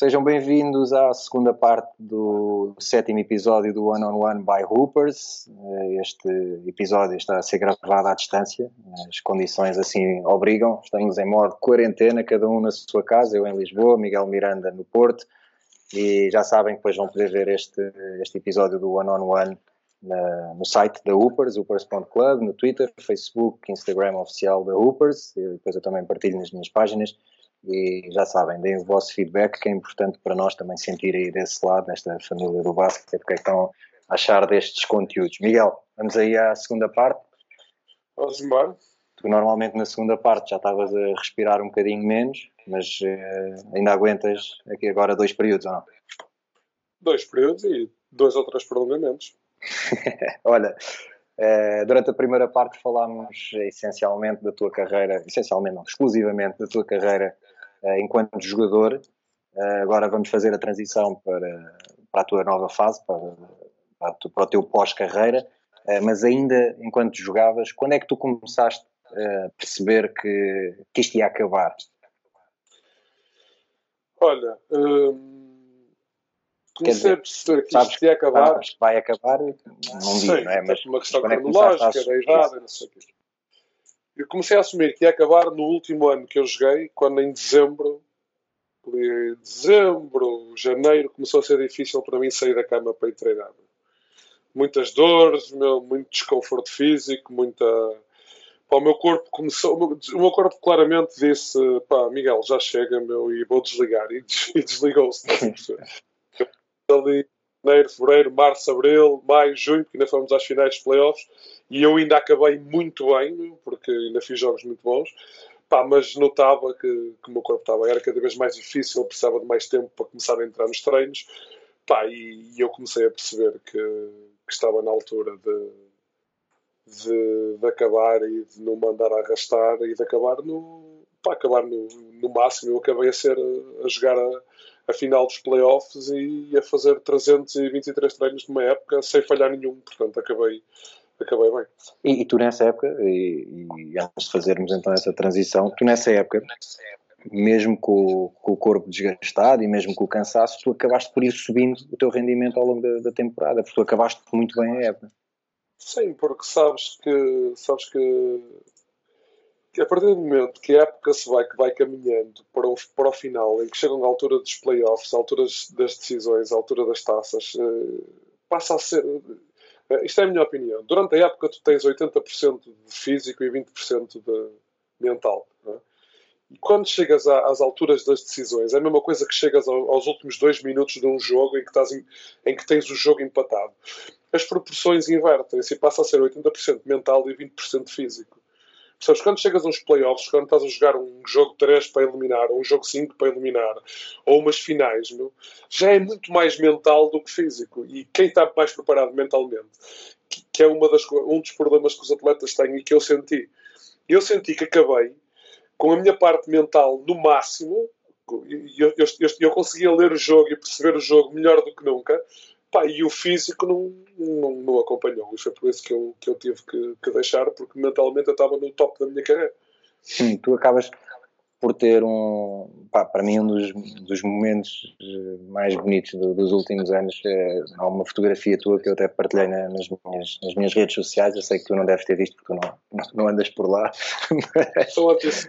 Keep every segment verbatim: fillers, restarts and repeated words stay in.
Sejam bem-vindos à segunda parte do sétimo episódio do One on One by Hoopers. Este episódio está a ser gravado à distância, as condições assim obrigam. Estamos em modo quarentena, cada um na sua casa, eu em Lisboa, Miguel Miranda no Porto. E já sabem que depois vão poder ver este, este episódio do One on One na, no site da Hoopers, hoopers ponto club, no Twitter, Facebook, Instagram oficial da Hoopers. E depois eu também partilho nas minhas páginas. E já sabem, deem o vosso feedback, que é importante para nós também sentir aí desse lado, desta família do basquete, o que é que estão a achar destes conteúdos. Miguel, vamos aí à segunda parte. Vamos embora. Tu normalmente na segunda parte já estavas a respirar um bocadinho menos, mas uh, ainda aguentas aqui agora dois períodos, ou não? Dois períodos e dois ou três prolongamentos. Olha, uh, durante a primeira parte falámos essencialmente da tua carreira, essencialmente não, exclusivamente da tua carreira uh, enquanto jogador. Uh, agora vamos fazer a transição para, para a tua nova fase, para, para, tu, para o teu pós-carreira, uh, mas ainda enquanto jogavas, quando é que tu começaste a perceber que, que isto ia acabar? Olha, hum, comecei dizer, a perceber que sabes isto ia acabar. Sabes que vai acabar, não digo, não é? Mas uma questão quando é que cronológica, começaste a da idade, não sei o quê. Eu comecei a assumir que ia acabar no último ano que eu joguei, quando em dezembro, em dezembro, janeiro, começou a ser difícil para mim sair da cama para ir treinar. Muitas dores, meu, muito desconforto físico, muita... Pá, o meu corpo começou... O meu corpo claramente disse, pá, Miguel, já chega, meu, e vou desligar. E, des... e desligou-se, não sei perceber. Ali, janeiro, fevereiro, março, abril, maio, junho, porque ainda fomos às finais dos playoffs, e eu ainda acabei muito bem, porque ainda fiz jogos muito bons, pá, mas notava que, que o meu corpo estava, era cada vez mais difícil, precisava de mais tempo para começar a entrar nos treinos, pá, e, e eu comecei a perceber que, que estava na altura de, de, de acabar e de não mandar arrastar e de acabar no, pá, acabar no, no máximo. Eu acabei a ser a, a jogar a a final dos playoffs e a fazer trezentos e vinte e três treinos numa época sem falhar nenhum, portanto acabei, acabei bem. E, e tu nessa época, e, e antes de fazermos então essa transição, tu nessa época, mesmo com, com o corpo desgastado e mesmo com o cansaço, tu acabaste por ir subindo o teu rendimento ao longo da, da temporada, porque tu acabaste muito bem a época. Sim, porque sabes que sabes que a partir do momento que a época se vai, que vai caminhando para o, para o final, em que chegam à altura dos playoffs, à altura das decisões, à altura das taças, eh, passa a ser... Eh, isto é a minha opinião. Durante a época tu tens oitenta por cento de físico e vinte por cento de mental. Não é? E quando chegas à, às alturas das decisões, é a mesma coisa que chegas ao, aos últimos dois minutos de um jogo em que, estás em, em que tens o jogo empatado. As proporções invertem-se e passa a ser oitenta por cento mental e vinte por cento físico. Sabes, quando chegas a uns playoffs, quando estás a jogar um jogo três para eliminar, ou um jogo cinco para eliminar, ou umas finais, meu, já é muito mais mental do que físico. E quem está mais preparado mentalmente, que, que é uma das, um dos problemas que os atletas têm e que eu senti. Eu senti que acabei com a minha parte mental no máximo, e eu, eu, eu, eu conseguia ler o jogo e perceber o jogo melhor do que nunca. Pá, e o físico não, não, não acompanhou. E foi por isso que eu, que eu tive que, que deixar, porque mentalmente eu estava no top da minha carreira. Sim, tu acabas por ter um, pá, para mim um dos, dos momentos mais bonitos do, dos últimos anos. É, há uma fotografia tua que eu até partilhei na, nas, minhas, nas minhas redes sociais. Eu sei que tu não deves ter visto porque tu não, não andas por lá. Sou antes.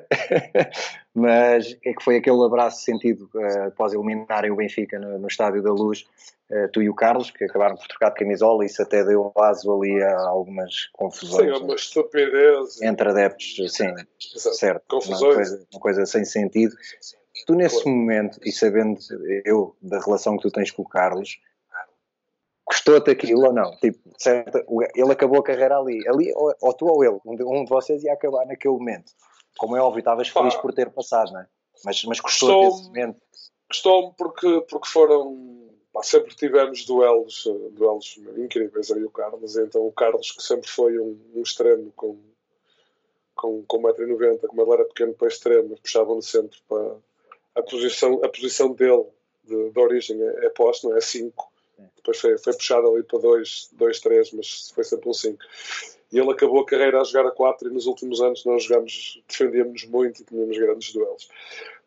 Mas é que foi aquele abraço sentido uh, após eliminarem o Benfica no, no Estádio da Luz, uh, tu e o Carlos, que acabaram por trocar de camisola, e isso até deu aso ali a algumas confusões. Sim, uma estupidez. Entre adeptos, sim, Exato. certo. Confusões. Uma coisa, uma coisa sem sentido. Tu nesse claro. momento, e sabendo eu da relação que tu tens com o Carlos, gostou-te aquilo ou não? Tipo, certo, ele acabou a carreira ali, ali ou, ou tu ou ele, um de vocês ia acabar naquele momento. Como é óbvio, estavas feliz por ter passado, não é? Mas, mas gostou desse momento? Gostou-me porque, porque foram... Pá, sempre tivemos duelos, duelos incríveis, eu e o Carlos. Então o Carlos, que sempre foi um, um extremo com, com, com um metro e noventa, como ele era pequeno para extremo, puxava no centro para... A posição, a posição dele, de, de origem, é, é posto, não é cinco. Depois foi, foi puxado ali para dois, três, mas foi sempre um cinco. E ele acabou a carreira a jogar a quatro e nos últimos anos nós jogámos, defendíamos muito e tínhamos grandes duelos.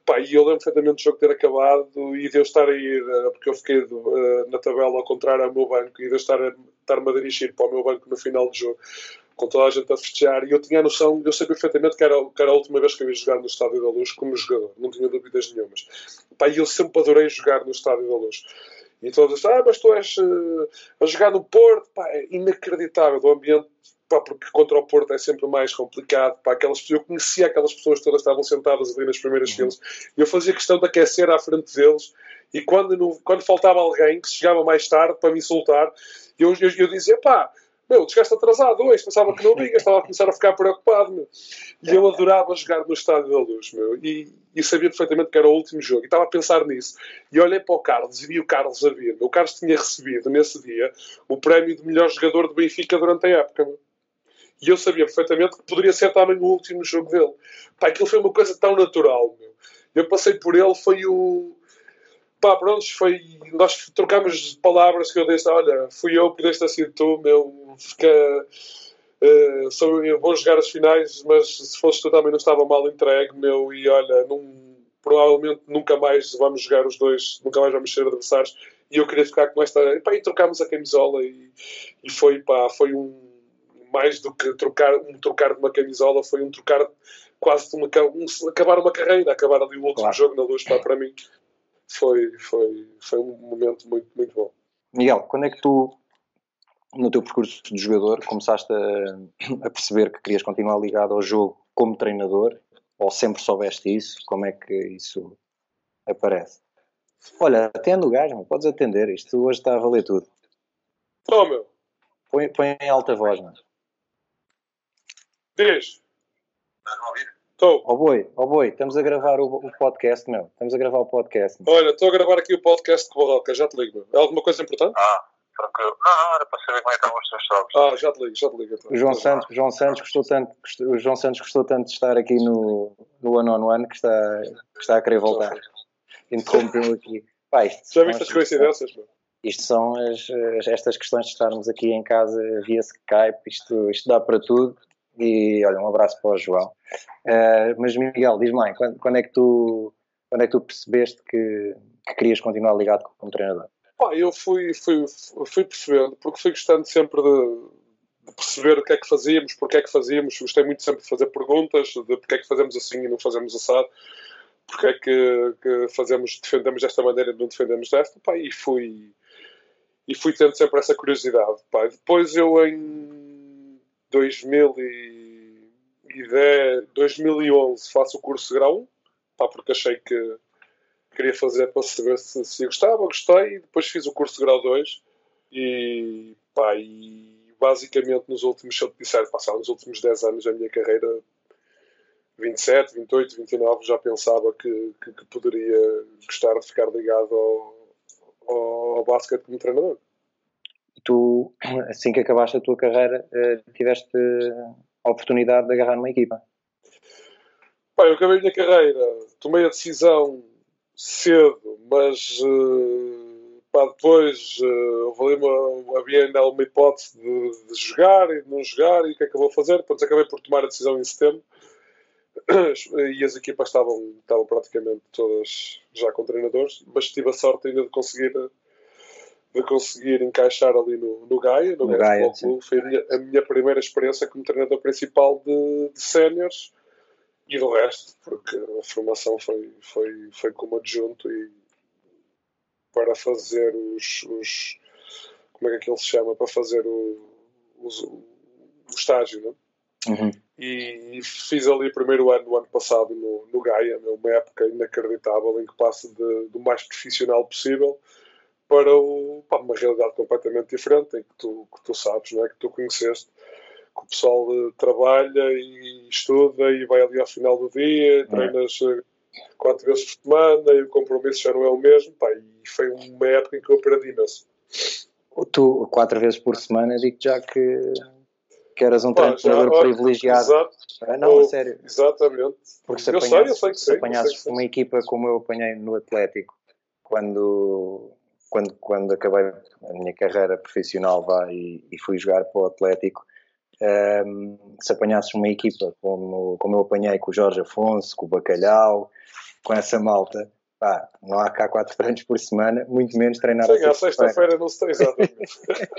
Pá, e eu lembro perfeitamente do jogo ter acabado e de eu estar a ir, porque eu fiquei uh, na tabela ao contrário ao meu banco, e de eu estar a, estar-me a dirigir para o meu banco no final do jogo, com toda a gente a festejar, e eu tinha a noção, eu sabia perfeitamente que era, que era a última vez que eu ia jogar no Estádio da Luz como jogador, não tinha dúvidas nenhumas. Pá, e eu sempre adorei jogar no Estádio da Luz. E todos, ah, mas tu és uh, a jogar no Porto, pá, é inacreditável o ambiente, pá, porque contra o Porto é sempre mais complicado, pá, aquelas, eu conhecia aquelas pessoas todas que estavam sentadas ali nas primeiras uhum. filas, e eu fazia questão de aquecer à frente deles, e quando, no, quando faltava alguém que chegava mais tarde para me insultar, eu, eu, eu dizia, pá, meu, chegaste atrasado hoje, pensava que não vinha, estava a começar a ficar preocupado, meu. E eu adorava jogar no Estádio da Luz, meu, e, e sabia perfeitamente que era o último jogo, e estava a pensar nisso, e olhei para o Carlos, e vi o Carlos a vir, meu. O Carlos tinha recebido, nesse dia, o prémio de melhor jogador do Benfica durante a época, meu. E eu sabia perfeitamente que poderia ser também o último jogo dele. Pá, aquilo foi uma coisa tão natural, meu. Eu passei por ele, foi o... Pá, pronto, foi... Nós trocámos palavras que eu disse, olha, fui eu, pudeste ter sido tu, meu, fica... Uh, sou, eu vou jogar as finais, mas se fosse tu também não estava mal entregue, meu, e olha, não, provavelmente nunca mais vamos jogar os dois, nunca mais vamos ser adversários, e eu queria ficar com esta... E, pá, e trocámos a camisola, e, e foi, pá, foi um... mais do que trocar, um trocar de uma camisola, foi um trocar quase de uma, um, acabar uma carreira, acabar ali o último claro. jogo na Luz, pá, para mim foi, foi, foi um momento muito, muito bom. Miguel, quando é que tu, no teu percurso de jogador, começaste a, a perceber que querias continuar ligado ao jogo como treinador, ou sempre soubeste isso? Como é que isso aparece? Olha, atende o gajo, podes atender, isto hoje está a valer tudo. Oh, meu. Põe, põe em alta voz, não. Diz. Estás-me a ouvir? Estou. Ó oh boi, ó oh boi, estamos a gravar o, o podcast, meu. Estamos a gravar o podcast. Meu. Olha, estou a gravar aqui o podcast com o Barroca, já te ligo, meu. É alguma coisa importante? Ah, tranquilo. Não, não, era para saber como é que estavam os teus jogos. Ah, já te ligo, já te ligo. Então. O João Santos, o João Santos gostou tanto, gostou, o João Santos gostou tanto de estar aqui no, no One on One que está, que está a querer voltar. Interrompeu aqui. Pá, isto, já viste as coincidências, meu? Isto são as, as, estas questões de estarmos aqui em casa via Skype, isto, isto dá para tudo. E olha, um abraço para o João. Uh, mas Miguel, diz-me lá, quando, quando, é que tu, quando é que tu percebeste que, que querias continuar ligado como treinador? Pá, eu fui, fui, fui percebendo, porque fui gostando sempre de, de perceber o que é que fazíamos, porque é que fazíamos. Gostei muito sempre de fazer perguntas, de porque é que fazemos assim e não fazemos assado, porque é que, que fazemos, defendemos desta maneira e não defendemos desta. Pá, e fui, e fui tendo sempre essa curiosidade. Pá. Depois eu em dois mil e dez, dois mil e onze faço o curso de grau um, pá, porque achei que queria fazer para saber se, se gostava, gostei, depois fiz o curso de grau dois e, pá, e basicamente nos últimos, se eu te disser, passar nos últimos dez anos da minha carreira, vinte e sete, vinte e oito, vinte e nove, já pensava que, que, que poderia gostar de ficar ligado ao, ao, ao basquete como treinador. Tu, assim que acabaste a tua carreira, tiveste a oportunidade de agarrar numa equipa? Pá, eu acabei a minha carreira, tomei a decisão cedo, mas pá, depois houve uma, havia ainda uma hipótese de, de jogar e de não jogar, e o que é que eu vou fazer? Depois acabei por tomar a decisão em setembro, e as equipas estavam, estavam praticamente todas já com treinadores, mas tive a sorte ainda de conseguir... de conseguir encaixar ali no, no Gaia, no, no Gaia, Gaia Clube. Foi a minha, a minha primeira experiência como treinador principal de, de séniores, e do resto, porque a formação foi, foi, foi como adjunto e para fazer os, os como é que aquilo se chama? Para fazer o, os, o, o estágio, não? Uhum. E, e fiz ali o primeiro ano do ano passado no, no Gaia, uma época inacreditável em que passo de, do mais profissional possível para o, pá, uma realidade completamente diferente, em que tu, que tu sabes, não é? Que tu conheceste, que o pessoal uh, trabalha e estuda e vai ali ao final do dia, uhum. treinas uh, quatro vezes por semana e o compromisso já não é o mesmo, pá, e foi uma época em que eu aprendi imenso. Tu, quatro vezes por semana, digo já que, que eras um pá, treinador já, privilegiado. Exato. Ah, não, ou, a sério. Exatamente. Porque se eu apanhasses, sei, eu sei que se sei, apanhasses sei, uma sei. equipa como eu apanhei no Atlético, quando... Quando, quando acabei a minha carreira profissional vá, e, e fui jogar para o Atlético, um, se apanhasses uma equipa como, como eu apanhei com o Jorge Afonso, com o Bacalhau, com essa malta, pá, não há cá quatro treinos por semana, muito menos treinar Sim, a sexta-feira. à sexta-feira não se tem, exatamente.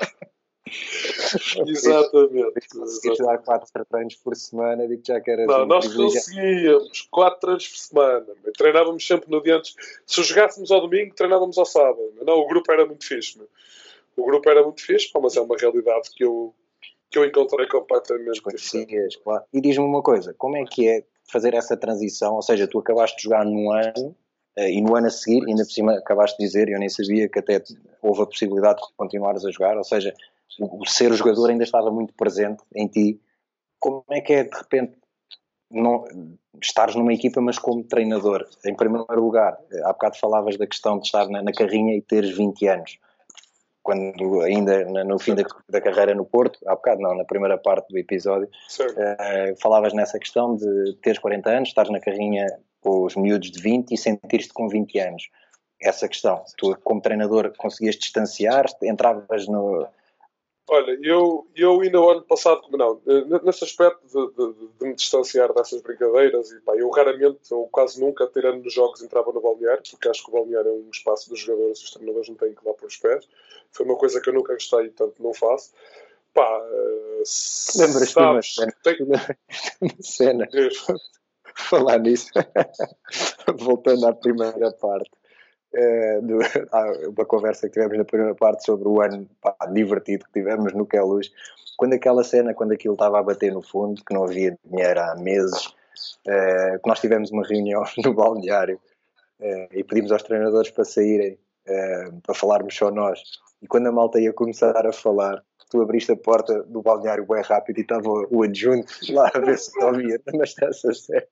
Exatamente. Conseguiste dar quatro treinos por semana, digo já que eras Não, um nós privilegiado. conseguíamos quatro treinos por semana. Treinávamos sempre no dia antes. Se jogássemos ao domingo, treinávamos ao sábado. Não, o grupo era muito fixe. Meu. O grupo era muito fixe, pá, mas é uma realidade que eu, que eu encontrei completamente diferente. Claro. E diz-me uma coisa, como é que é fazer essa transição? Ou seja, tu acabaste de jogar num ano e no ano a seguir, ainda por cima acabaste de dizer, e eu nem sabia que até houve a possibilidade de continuares a jogar, ou seja, o, o ser o jogador ainda estava muito presente em ti. Como é que é, de repente, não, estares numa equipa, mas como treinador? Em primeiro lugar, há bocado falavas da questão de estar na, na carrinha e teres vinte anos. Quando ainda no fim da, da carreira no Porto, há bocado não, na primeira parte do episódio, uh, falavas nessa questão de teres quarenta anos, estares na carrinha com os miúdos de vinte e sentir-te com vinte anos. Essa questão, tu como treinador conseguias distanciar-te, entravas no... Olha, eu, eu ainda o ano passado, não, nesse aspecto de, de, de me distanciar dessas brincadeiras, e pá, eu raramente, ou quase nunca, tirando nos jogos, entrava no balneário, porque acho que o balneário é um espaço dos jogadores e os treinadores não têm que dar pelos pés. Foi uma coisa que eu nunca gostei e, tanto, não faço. Pá, lembras-te de uma cena? Tem... uma cena. Falar nisso. Voltando à primeira parte. Uh, do, uma conversa que tivemos na primeira parte sobre o ano pá, divertido que tivemos no Queluz, quando aquela cena, quando aquilo estava a bater no fundo, que não havia dinheiro há meses, uh, que nós tivemos uma reunião no balneário uh, e pedimos aos treinadores para saírem uh, para falarmos só nós, e quando a malta ia começar a falar, tu abriste a porta do balneário bem rápido e estava o adjunto lá a ver se ouvia, mas essa cena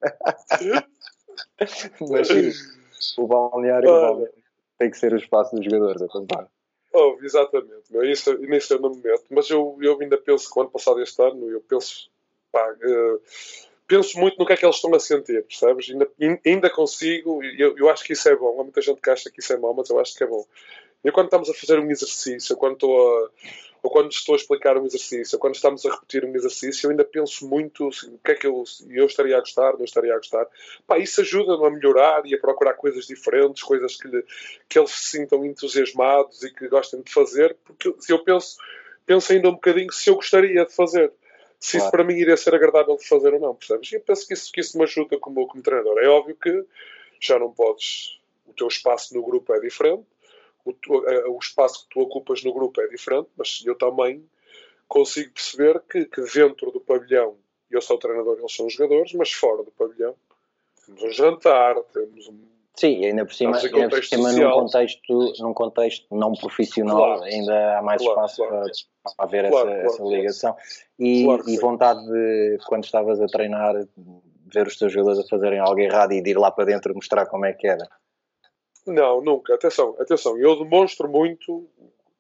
mas sim, o balneário, o balneário tem que ser o espaço dos jogadores, a contar. Oh, exatamente, meu. Isso, nisso eu não me meto, mas eu, eu ainda penso que o ano passado, este ano, eu penso, pá, uh, penso muito no que é que eles estão a sentir, percebes? Ainda, ainda consigo, eu, eu acho que isso é bom. Há muita gente que acha que isso é mau, mas eu acho que é bom. Eu, quando estamos a fazer um exercício, quando estou a, ou quando estou a explicar um exercício, ou quando estamos a repetir um exercício, eu ainda penso muito o que é que eu, eu estaria a gostar, não estaria a gostar. Pá, isso ajuda-me a melhorar e a procurar coisas diferentes, coisas que, lhe, que eles se sintam entusiasmados e que gostem de fazer, porque se eu penso, penso ainda um bocadinho se eu gostaria de fazer. Se claro. Isso para mim iria ser agradável de fazer ou não, percebes? E eu penso que isso, que isso me ajuda como, como treinador. É óbvio que já não podes... O teu espaço no grupo é diferente. O, o espaço que tu ocupas no grupo é diferente, mas eu também consigo perceber que, que dentro do pavilhão, eu sou o treinador, eles são os jogadores, mas fora do pavilhão temos um jantar, temos um... Sim, ainda por cima, ainda por cima num, contexto, num contexto não profissional, claro, ainda há mais claro, espaço claro, para, para haver claro, essa, essa ligação. E, e vontade de, quando estavas a treinar, ver os teus jogadores a fazerem algo errado e de ir lá para dentro mostrar como é que era? Não, nunca. Atenção, atenção. Eu demonstro muito,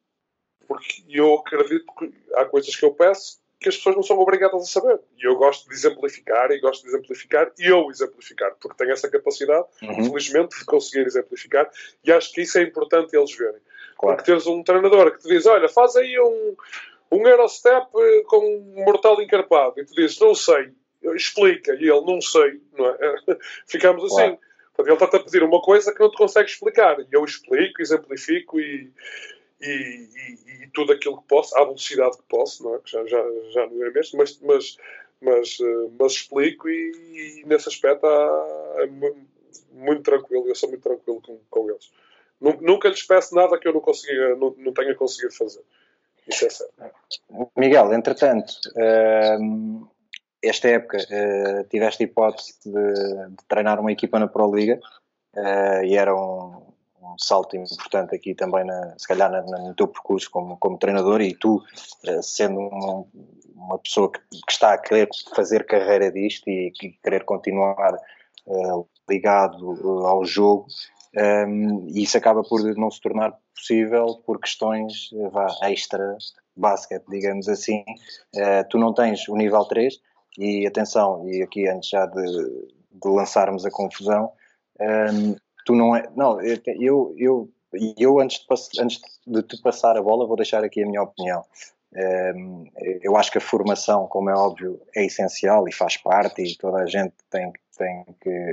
porque eu acredito que há coisas que eu peço que as pessoas não são obrigadas a saber. E eu gosto de exemplificar, e gosto de exemplificar, e eu exemplificar, porque tenho essa capacidade, uhum. felizmente, de conseguir exemplificar, e acho que isso é importante eles verem. Claro. Porque teres um treinador que te diz, olha, faz aí um, um Eurostep com um mortal encarpado, e tu dizes, não sei, explica, e ele, não sei, não é? Ficamos assim. Claro. Ele está-te a pedir uma coisa que não te consegue explicar. E eu explico, exemplifico e, e, e, e tudo aquilo que posso, à velocidade que posso, não é? Já, já, já não é mesmo, mas, mas, mas, mas explico e, e nesse aspecto há, é muito tranquilo. Eu sou muito tranquilo com, com eles. Nunca lhes peço nada que eu não, consiga, não, não tenha conseguido fazer. Isso é certo. Miguel, entretanto... Hum... Esta época uh, tiveste a hipótese de, de treinar uma equipa na Pro Liga uh, e era um, um salto importante aqui também, na, se calhar na, na, no teu percurso como, como treinador, e tu, uh, sendo um, uma pessoa que, que está a querer fazer carreira disto e, e querer continuar uh, ligado uh, ao jogo, um, e isso acaba por não se tornar possível por questões uh, vá, extra basquete, digamos assim. Uh, tu não tens o nível três. E atenção, e aqui antes já de, de lançarmos a confusão, um, tu não é. Não, eu, eu, eu antes, de, antes de te passar a bola, vou deixar aqui a minha opinião. Um, eu acho que a formação, como é óbvio, é essencial e faz parte, e toda a gente tem, tem que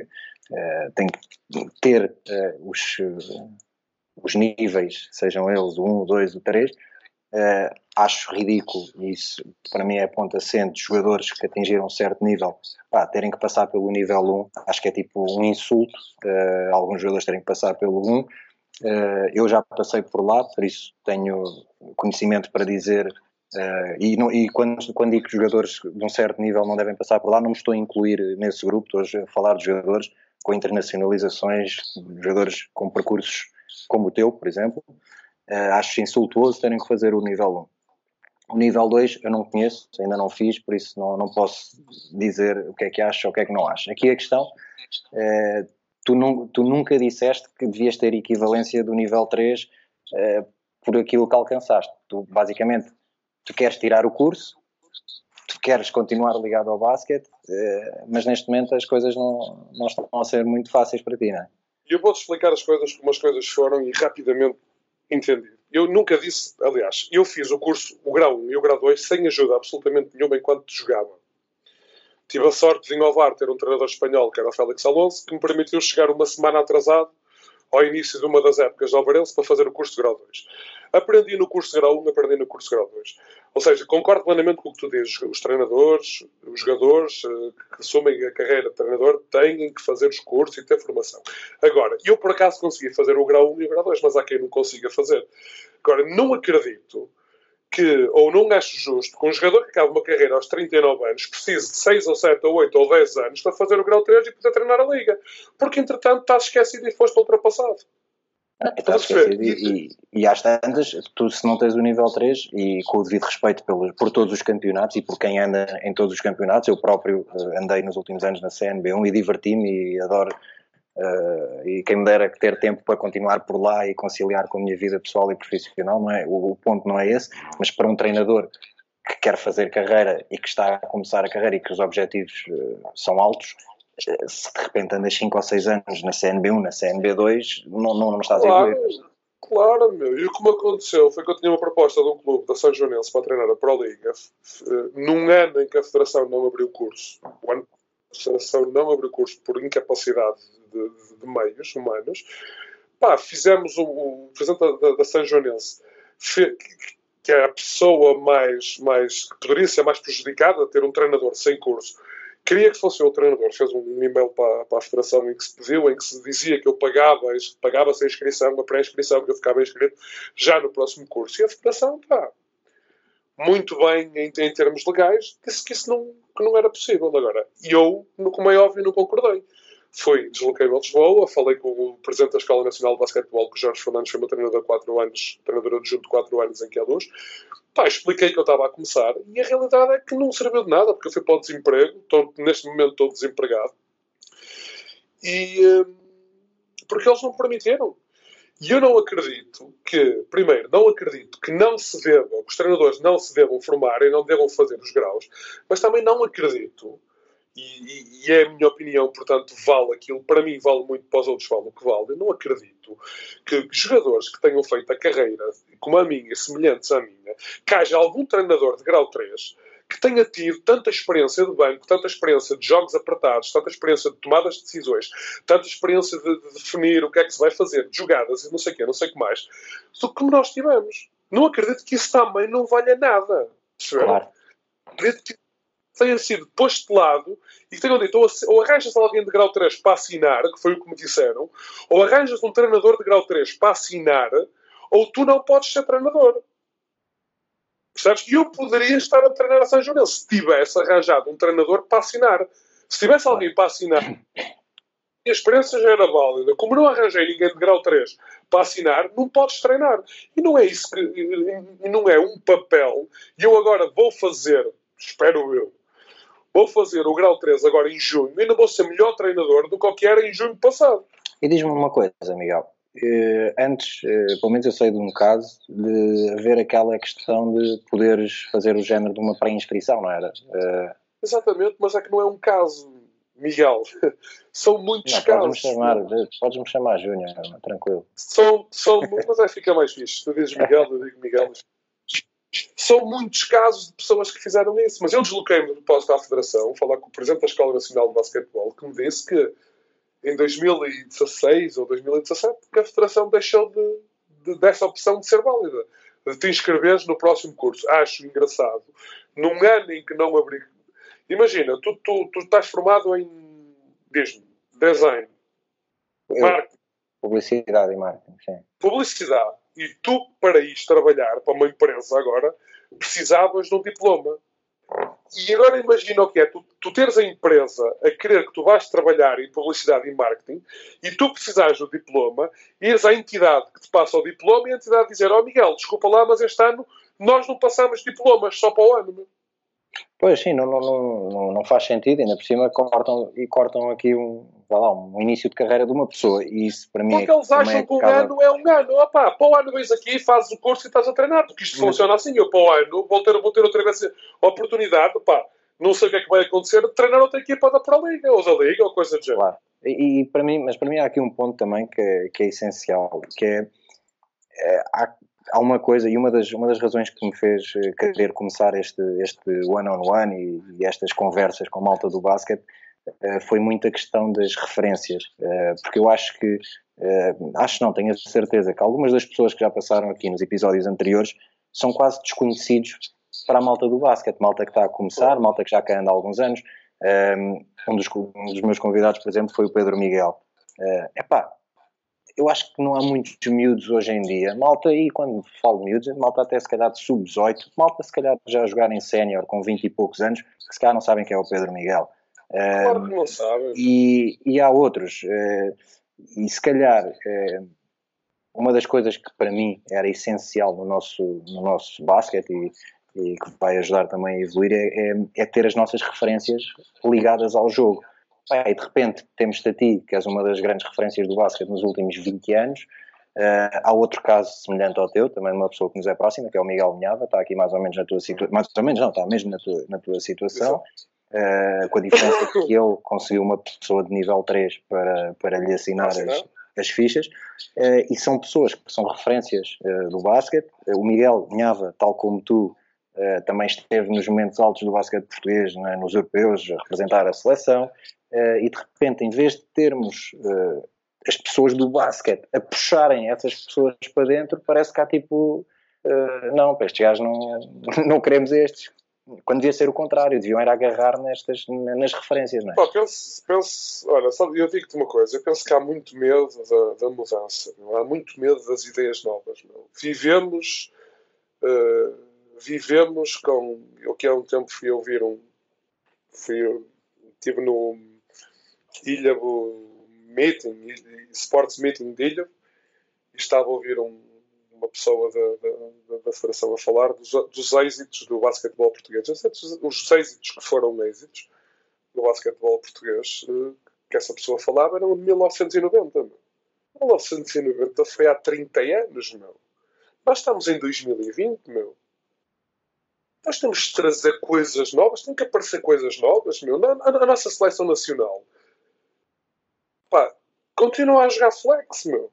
uh, tem que ter uh, os, uh, os níveis, sejam eles o um, o dois, o três. Uh, acho ridículo, e isso para mim é ponto assente, jogadores que atingiram um certo nível, pá, terem que passar pelo nível um, acho que é tipo um insulto, uh, alguns jogadores terem que passar pelo um. Uh, eu já passei por lá, por isso tenho conhecimento para dizer, uh, e, não, e quando, quando digo que jogadores de um certo nível não devem passar por lá, não me estou a incluir nesse grupo, estou a falar de jogadores com internacionalizações, jogadores com percursos como o teu, por exemplo. Uh, acho insultuoso terem que fazer o nível um. O nível dois eu não conheço, ainda não fiz, por isso não, não posso dizer o que é que acho ou o que é que não acho. Aqui a questão, uh, tu, nu, tu nunca disseste que devias ter equivalência do nível três uh, por aquilo que alcançaste. Tu, basicamente, tu queres tirar o curso, tu queres continuar ligado ao basquete, uh, mas neste momento as coisas não, não estão a ser muito fáceis para ti, não é? E eu vou-te explicar as coisas como as coisas foram e rapidamente entendi. Eu nunca disse, aliás, eu fiz o curso, o grau um e o grau dois, sem ajuda absolutamente nenhuma enquanto jogava. Tive a sorte de inovar, ter um treinador espanhol, que era o Félix Alonso, que me permitiu chegar uma semana atrasado ao início de uma das épocas de Alvarense para fazer o curso de grau dois. Aprendi no curso de grau um, aprendi no curso de grau dois. Ou seja, concordo plenamente com o que tu dizes. Os treinadores, os jogadores que assumem a carreira de treinador têm que fazer os cursos e ter formação. Agora, eu por acaso consegui fazer o grau um e o grau dois, mas há quem não consiga fazer. Agora, não acredito que, ou não acho justo, que um jogador que acaba uma carreira aos trinta e nove anos precise de seis ou sete ou oito ou dez anos para fazer o grau três e poder treinar a liga. Porque, entretanto, estás esquecido e foste ultrapassado. Ah, estás esquecido e, e, e às tantas, tu se não tens o nível três, e com o devido respeito pelos, por todos os campeonatos e por quem anda em todos os campeonatos, eu próprio uh, andei nos últimos anos na C N B um e diverti-me e adoro, uh, e quem me dera ter tempo para continuar por lá e conciliar com a minha vida pessoal e profissional, não é? O, o ponto não é esse, mas para um treinador que quer fazer carreira e que está a começar a carreira e que os objetivos uh, são altos, se de repente andas cinco ou seis anos na C N B um, na C N B dois, não, não, não estás claro, a evoluir. Claro, meu. E o que me aconteceu foi que eu tinha uma proposta de um clube da São Joanense para treinar a Pro Liga, num ano em que a Federação não abriu curso. O ano que a Federação não abriu curso por incapacidade de, de, de meios humanos. Pá, fizemos o, o presidente da, da, da São Joanense, que, que é a pessoa mais, mais, que poderia ser mais prejudicada a ter um treinador sem curso. Queria que fosse o treinador. Fez um e-mail para, para a Federação em que se pediu, em que se dizia que eu pagava, pagava-se a inscrição, uma pré-inscrição, que eu ficava inscrito já no próximo curso. E a Federação, pá, muito bem em, em termos legais, disse que isso não, que não era possível. Agora, eu, como é óbvio, não concordei. Fui, desloquei-me a Lisboa, falei com o Presidente da Escola Nacional de Basquetebol, que o Jorge Fernandes foi meu treinador há quatro anos, treinador adjunto de quatro anos em Queluz. Pá, expliquei que eu estava a começar e a realidade é que não serviu de nada, porque eu fui para o desemprego, estou, neste momento estou desempregado. E uh, porque eles não permitiram. E eu não acredito que, primeiro, não acredito que não se devam, que os treinadores não se devam formar e não devam fazer os graus, mas também não acredito, e, e, e é a minha opinião, portanto, vale aquilo, para mim vale muito, para os outros vale o que vale, eu não acredito que jogadores que tenham feito a carreira, como a minha, semelhantes à minha, que haja algum treinador de grau três que tenha tido tanta experiência de banco, tanta experiência de jogos apertados, tanta experiência de tomadas de decisões, tanta experiência de, de definir o que é que se vai fazer, de jogadas e não sei o quê, não sei o que mais, do que nós tivemos. Não acredito que isso também não valha nada. Claro. Acredito que tenha sido posto de lado e que tenham dito ou, ou arranjas alguém de grau três para assinar, que foi o que me disseram, ou arranjas um treinador de grau três para assinar, ou tu não podes ser treinador. Percebes? E eu poderia estar a treinar a São João se tivesse arranjado um treinador para assinar. Se tivesse alguém para assinar, a experiência já era válida. Como não arranjei ninguém de grau três para assinar, não podes treinar. E não é isso que... E não é um papel. E eu agora vou fazer, espero eu, vou fazer o grau três agora em junho e ainda vou ser melhor treinador do que o que era em junho passado. E diz-me uma coisa, Miguel. Uh, antes, uh, pelo menos eu sei de um caso de haver aquela questão de poderes fazer o género de uma pré-inscrição, não era? Uh... Exatamente, mas é que não é um caso, Miguel. São muitos não, casos. Podes-me chamar, podes-me chamar Júnior, tranquilo. São, são, mas é, fica mais fixe. Tu dizes Miguel, eu digo Miguel. São muitos casos de pessoas que fizeram isso. Mas eu desloquei-me do posto da Federação, falar com o Presidente da Escola Nacional de Basquetebol, que me disse que em dois mil e dezasseis ou dois mil e dezassete, que a Federação deixou de, de, dessa opção de ser válida. De te inscreveres no próximo curso. Acho engraçado. Num ano em que não abri... Imagina, tu, tu, tu estás formado em... Diz-me. Design. Marketing. Publicidade e marketing, sim. Publicidade. E tu, para ires trabalhar para uma empresa agora, precisavas de um diploma. E agora imagina o que é, tu, tu teres a empresa a querer que tu vais trabalhar em publicidade e marketing e tu precisares do diploma, e ires à entidade que te passa o diploma e a entidade dizer: ó, oh, Miguel, desculpa lá, mas este ano nós não passamos diplomas, só para o ano. Meu. Pois sim, não, não, não, não faz sentido, ainda por cima cortam, e cortam aqui um, vai lá, um início de carreira de uma pessoa, e isso para mim porque é, eles acham é que um cada... ano é um ano. Opá, para o ano vens aqui, fazes o curso e estás a treinar, porque isto funciona assim. Eu para o ano vou ter, vou ter outra vez a oportunidade, opá, não sei o que é que vai acontecer, de treinar outra equipa da Pro Liga, ou da Liga, ou coisa do género. Claro. E, e para mim, mas para mim há aqui um ponto também que é, que é essencial, que é, é há, há uma coisa, e uma das, uma das razões que me fez querer começar este, este one-on-one e, e estas conversas com a malta do basquete uh, foi muito a questão das referências, uh, porque eu acho que, uh, acho não, tenho a certeza que algumas das pessoas que já passaram aqui nos episódios anteriores são quase desconhecidos para a malta do basquete, malta que está a começar, malta que já cá anda há alguns anos. Um dos, um dos meus convidados, por exemplo, foi o Pedro Miguel. Uh, epá, eu acho que não há muitos miúdos hoje em dia. Malta aí, quando falo de miúdos, malta até se calhar de sub dezoito, malta se calhar já a jogar em sénior com vinte e poucos anos, que se calhar não sabem quem é o Pedro Miguel. Uh, claro que não sabem. E, e há outros. Uh, e se calhar... Uh, uma das coisas que para mim era essencial no nosso, no nosso basquete e, e que vai ajudar também a evoluir é, é, é ter as nossas referências ligadas ao jogo. E de repente temos-te a ti, que és uma das grandes referências do basquete nos últimos vinte anos. Uh, há outro caso semelhante ao teu, também uma pessoa que nos é próxima, que é o Miguel Minhava, está aqui mais ou menos na tua situação, mais ou menos não, está mesmo na tua, na tua situação, uh, com a diferença que ele conseguiu uma pessoa de nível três para, para lhe assinar as, as fichas, uh, e são pessoas que são referências uh, do basquete. Uh, o Miguel Minhava, tal como tu, uh, também esteve nos momentos altos do basquete português, não é? Nos europeus, a representar a seleção, uh, e de repente, em vez de termos uh, as pessoas do basquete a puxarem essas pessoas para dentro, parece que há tipo, uh, não, para estes gajos não, não queremos estes. Quando devia ser o contrário, deviam era agarrar nestas, nas referências, não é? Pá, penso, penso, olha, sabe, eu digo-te uma coisa, eu penso que há muito medo da, da mudança, não? Há muito medo das ideias novas. Não? Vivemos, uh, vivemos com, eu que há um tempo fui ouvir um, fui, estive no Ilhavo Meeting, Sports Meeting de Ilhavo, e estava a ouvir um, uma pessoa da, da, da Federação a falar dos, dos êxitos do basquetebol português. Os êxitos que foram êxitos do basquetebol português que essa pessoa falava eram de mil novecentos e noventa. Meu. mil novecentos e noventa foi há trinta anos, meu. Nós estamos em dois mil e vinte, meu. Nós temos de trazer coisas novas, tem que aparecer coisas novas, meu. A, a, a nossa seleção nacional, pá, continua a jogar flex, meu.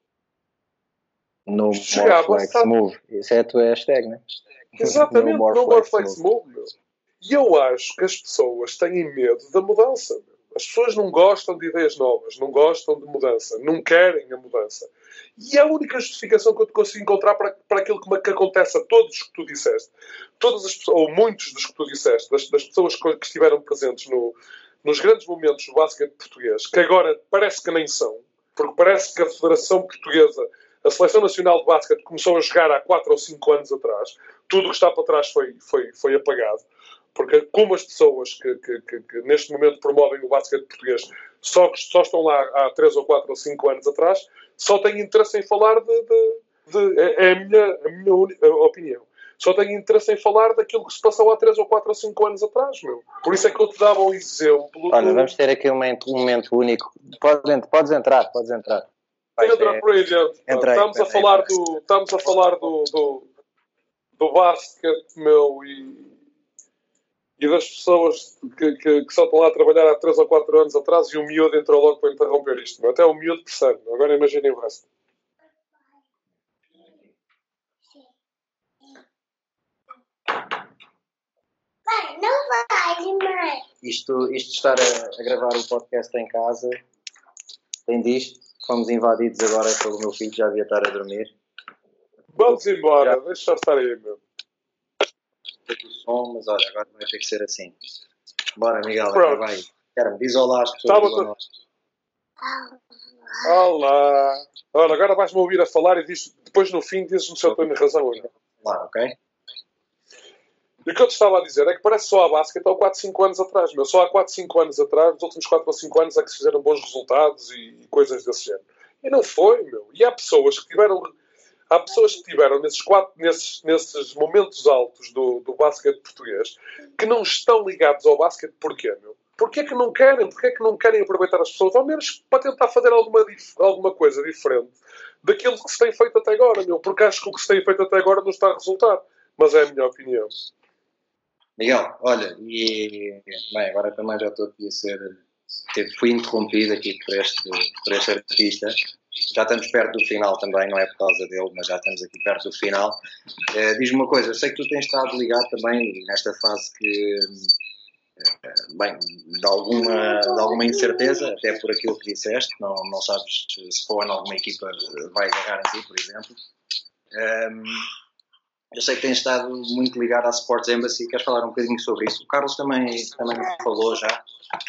No more flex sabe? Move. Isso é a tua hashtag, né? Exatamente, no more, no more flex, flex move. move, meu. E eu acho que as pessoas têm medo da mudança, meu. As pessoas não gostam de ideias novas, não gostam de mudança, não querem a mudança. E a única justificação que eu te consigo encontrar para, para aquilo que, que acontece a todos os que tu disseste, todas as pessoas, ou muitos dos que tu disseste, das, das pessoas que estiveram presentes no, nos grandes momentos do basquete português, que agora parece que nem são, porque parece que a Federação Portuguesa, a Seleção Nacional de Basquete, começou a jogar há quatro ou cinco anos atrás. Tudo o que está para trás foi, foi, foi apagado. Porque como as pessoas que, que, que, que neste momento promovem o basquete português só, só estão lá há três ou quatro ou cinco anos atrás, só têm interesse em falar de... de, de é, é a minha, a minha uni, a opinião. Só têm interesse em falar daquilo que se passou há três ou quatro ou cinco anos atrás, meu. Por isso é que eu te dava um exemplo... Olha, do... vamos ter aqui um momento, um momento único. Podes, podes entrar, podes entrar. Entra por aí dentro. Entrei, estamos, a falar do, estamos a falar do, do, do basquete, meu, e, e das pessoas que, que, que só estão lá a trabalhar há três ou quatro anos atrás e o miúdo entrou logo para interromper isto. Meu. Até o miúdo percebe. Agora imaginem o resto. Isto, isto estar a, a gravar o podcast em casa Quem diz que fomos invadidos agora pelo meu filho, já devia estar a dormir. Vamos embora, já. Deixa eu estar aí, meu. O som, mas olha, agora vai ter que ser assim. Bora, Miguel, acaba aí. Quero-me, diz olá às pessoas. Tá, olá. Olha, agora vais-me ouvir a falar e diz, depois no fim dizes-me se eu tenho razão ou não. Claro, ok? E o que eu te estava a dizer é que parece só a basquete há quatro, cinco anos atrás, meu. Só há quatro, cinco anos atrás, nos últimos quatro ou cinco anos é que se fizeram bons resultados e coisas desse género. E não foi, meu. E há pessoas que tiveram... Há pessoas que tiveram nesses, quatro, nesses, nesses momentos altos do, do basquete português que não estão ligados ao basquete. Porquê, meu? Porquê que não querem? Porquê que não querem aproveitar as pessoas? Ao menos para tentar fazer alguma, alguma coisa diferente daquilo que se tem feito até agora, meu. Porque acho que o que se tem feito até agora não está a resultar. Mas é a minha opinião. Miguel, olha, e bem, agora também já estou aqui a ser... Fui interrompido aqui por este, por este artista. Já estamos perto do final também, não é por causa dele, mas já estamos aqui perto do final. Uh, Diz-me uma coisa, eu sei que tu tens estado ligado também nesta fase que, uh, bem, de alguma, de alguma incerteza, até por aquilo que disseste, não, não sabes se for alguma equipa vai agarrar a ti, por exemplo. Um, eu sei que tens estado muito ligado à Sports Embassy, queres falar um bocadinho sobre isso? O Carlos também, também falou já.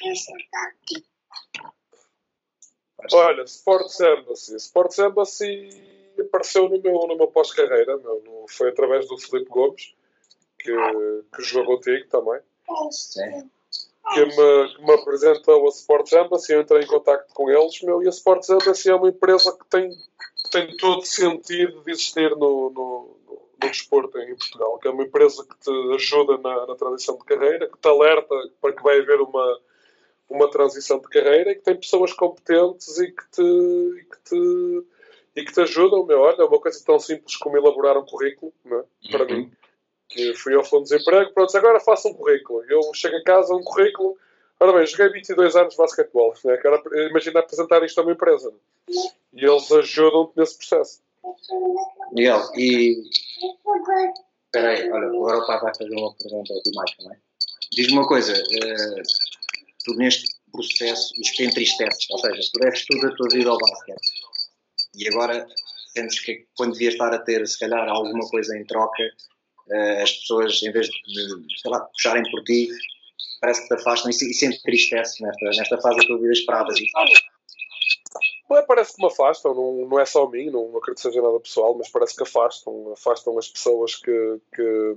Olha, Sports Embassy. Sports Embassy apareceu no meu, no meu pós-carreira. No, foi através do Filipe Gomes, que, que jogou contigo também. Sim. Que me, que me apresentou a Sports Embassy. Eu entrei em contacto com eles. Meu, e a Sports Embassy é uma empresa que tem, tem todo sentido de existir no, no, no, no desporto em Portugal. Que é uma empresa que te ajuda na, na transição de carreira, que te alerta para que vai haver uma... uma transição de carreira e que tem pessoas competentes e que te, e que te, e que te ajudam. Meu, olha, é uma coisa tão simples como elaborar um currículo, não é? Para uhum. mim. Que fui ao fundo de desemprego, pronto, agora faço um currículo. Eu chego a casa, um currículo. Ora bem, joguei vinte e dois anos de basquetebol. Né? Imagina apresentar isto a uma empresa. Né? E eles ajudam-te nesse processo. Miguel, e... Espera aí, olha, agora o pai vai fazer uma pergunta aqui mais também. Diz-me uma coisa... Uh... tu neste processo, isto te entristece, ou seja, tu deves tudo a tua vida ao basquete e agora sentes que quando devias estar a ter se calhar alguma coisa em troca, uh, as pessoas em vez de, sei lá, puxarem por ti, parece que te afastam e isso entristece nesta, nesta fase da tua vida, esperavas isso? Não é, parece que me afastam, não, não é só a mim, não acredito que seja nada pessoal, mas parece que afastam, afastam as pessoas que... que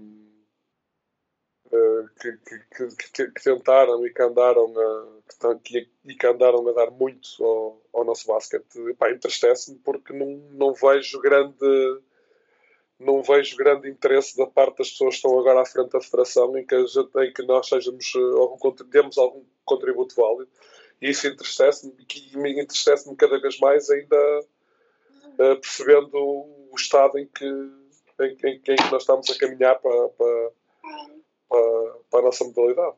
Que, que, que, que tentaram e que andaram a, que, e que andaram a dar muito ao, ao nosso basquete. Pá, entristece-me porque não, não vejo grande não vejo grande interesse da parte das pessoas que estão agora à frente da federação em que, a gente, em que nós sejamos algum, demos algum contributo válido, e isso entristece-me e me entristece-me cada vez mais, ainda uh, percebendo o estado em que, em, em, em que nós estamos a caminhar para, para Para, para a nossa modalidade.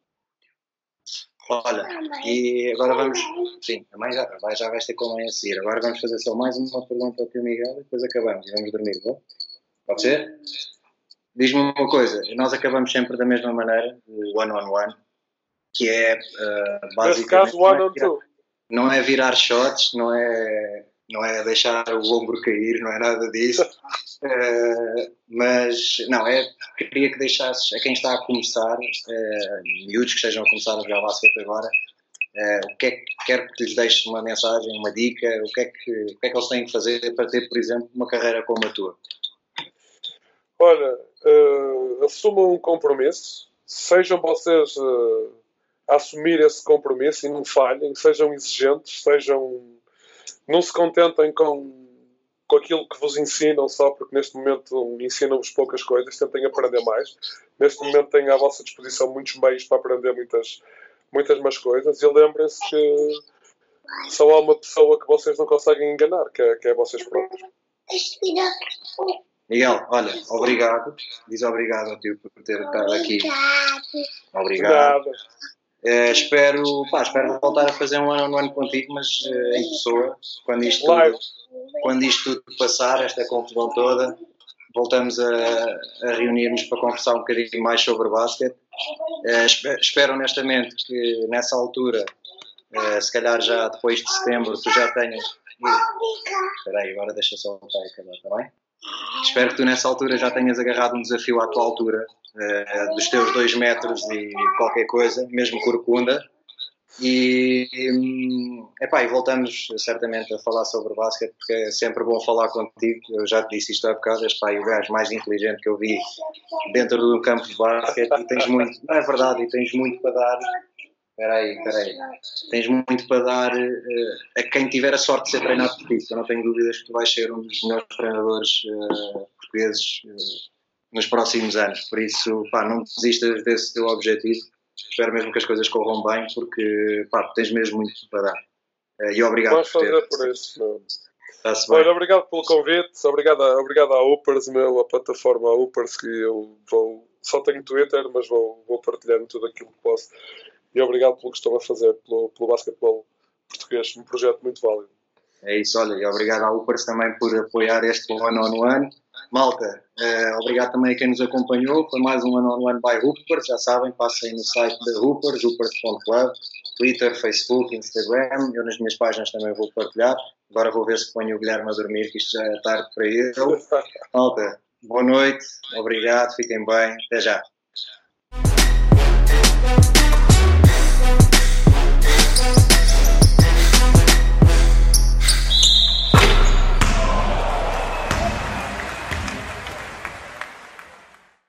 Olha, e agora vamos... Sim, a mãe já, vai, já vais ter com a mãe a seguir. Agora vamos fazer só mais uma pergunta ao teu Miguel e depois acabamos e vamos dormir, bom? Pode ser? Diz-me uma coisa, nós acabamos sempre da mesma maneira, o one-on-one, que é uh, basicamente... Neste caso, one-on-two. Não é virar shots, não é... não é deixar o ombro cair, não é nada disso, uh, mas não, é, queria que deixasses a quem está a começar, uh, miúdos que estejam a começar a jogar basquete agora, uh, o que é que quero que lhes deixes uma mensagem, uma dica, o que, é que, o que é que eles têm que fazer para ter, por exemplo, uma carreira como a tua? Olha, uh, assumam um compromisso, sejam vocês uh, a assumir esse compromisso e não falhem, sejam exigentes, sejam... Não se contentem com, com aquilo que vos ensinam só porque neste momento ensinam-vos poucas coisas, tentem aprender mais. Neste momento têm à vossa disposição muitos meios para aprender muitas, muitas mais coisas, e lembrem-se que só há uma pessoa que vocês não conseguem enganar, que é, que é vocês próprios. Miguel, olha, obrigado. Diz obrigado ao tio por ter estado aqui. Obrigado. Nada. Uh, espero, pá, espero voltar a fazer um ano no ano contigo, mas uh, em pessoa, quando isto, tudo, quando isto tudo passar, esta confusão toda, voltamos a, a reunir-nos para conversar um bocadinho mais sobre basquete. Uh, espero, espero honestamente que nessa altura Uh, se calhar já depois de setembro tu já tenhas... Espera aí, agora deixa só o pai acabar, está bem? Espero que tu nessa altura já tenhas agarrado um desafio à tua altura, uh, dos teus dois metros e qualquer coisa, mesmo corcunda. E, epá, e voltamos certamente a falar sobre basquete, porque é sempre bom falar contigo. Eu já te disse isto há bocado, és pá, o gajo mais inteligente que eu vi dentro do campo de basquete, e tens muito, não é verdade, e tens muito para dar. Espera aí, espera aí. Tens muito para dar uh, a quem tiver a sorte de ser treinado por ti. Eu não tenho dúvidas que tu vais ser um dos melhores treinadores uh, portugueses uh, nos próximos anos. Por isso, pá, não desistas desse teu objetivo. Espero mesmo que as coisas corram bem, porque pá, tens mesmo muito para dar. Uh, e obrigado Vamos por ter. fazer por isso, meu. Está-se bem. Olha, obrigado pelo convite, obrigado, a, obrigado à Hoopers, meu, a plataforma Hoopers, que eu vou, só tenho Twitter, mas vou, vou partilhando tudo aquilo que posso. E obrigado pelo que estão a fazer pelo, pelo basquetebol português, um projeto muito válido. É isso, olha, e obrigado à Hoopers também por apoiar este One on One. Malta, eh, obrigado também a quem nos acompanhou. Foi mais um One on One by Hoopers. Já sabem, passem no site da Hoopers, hoopers ponto club, Twitter, Facebook, Instagram. Eu nas minhas páginas também vou partilhar. Agora vou ver se ponho o Guilherme a dormir, que isto já é tarde para ele. Malta, boa noite, obrigado, fiquem bem, até já.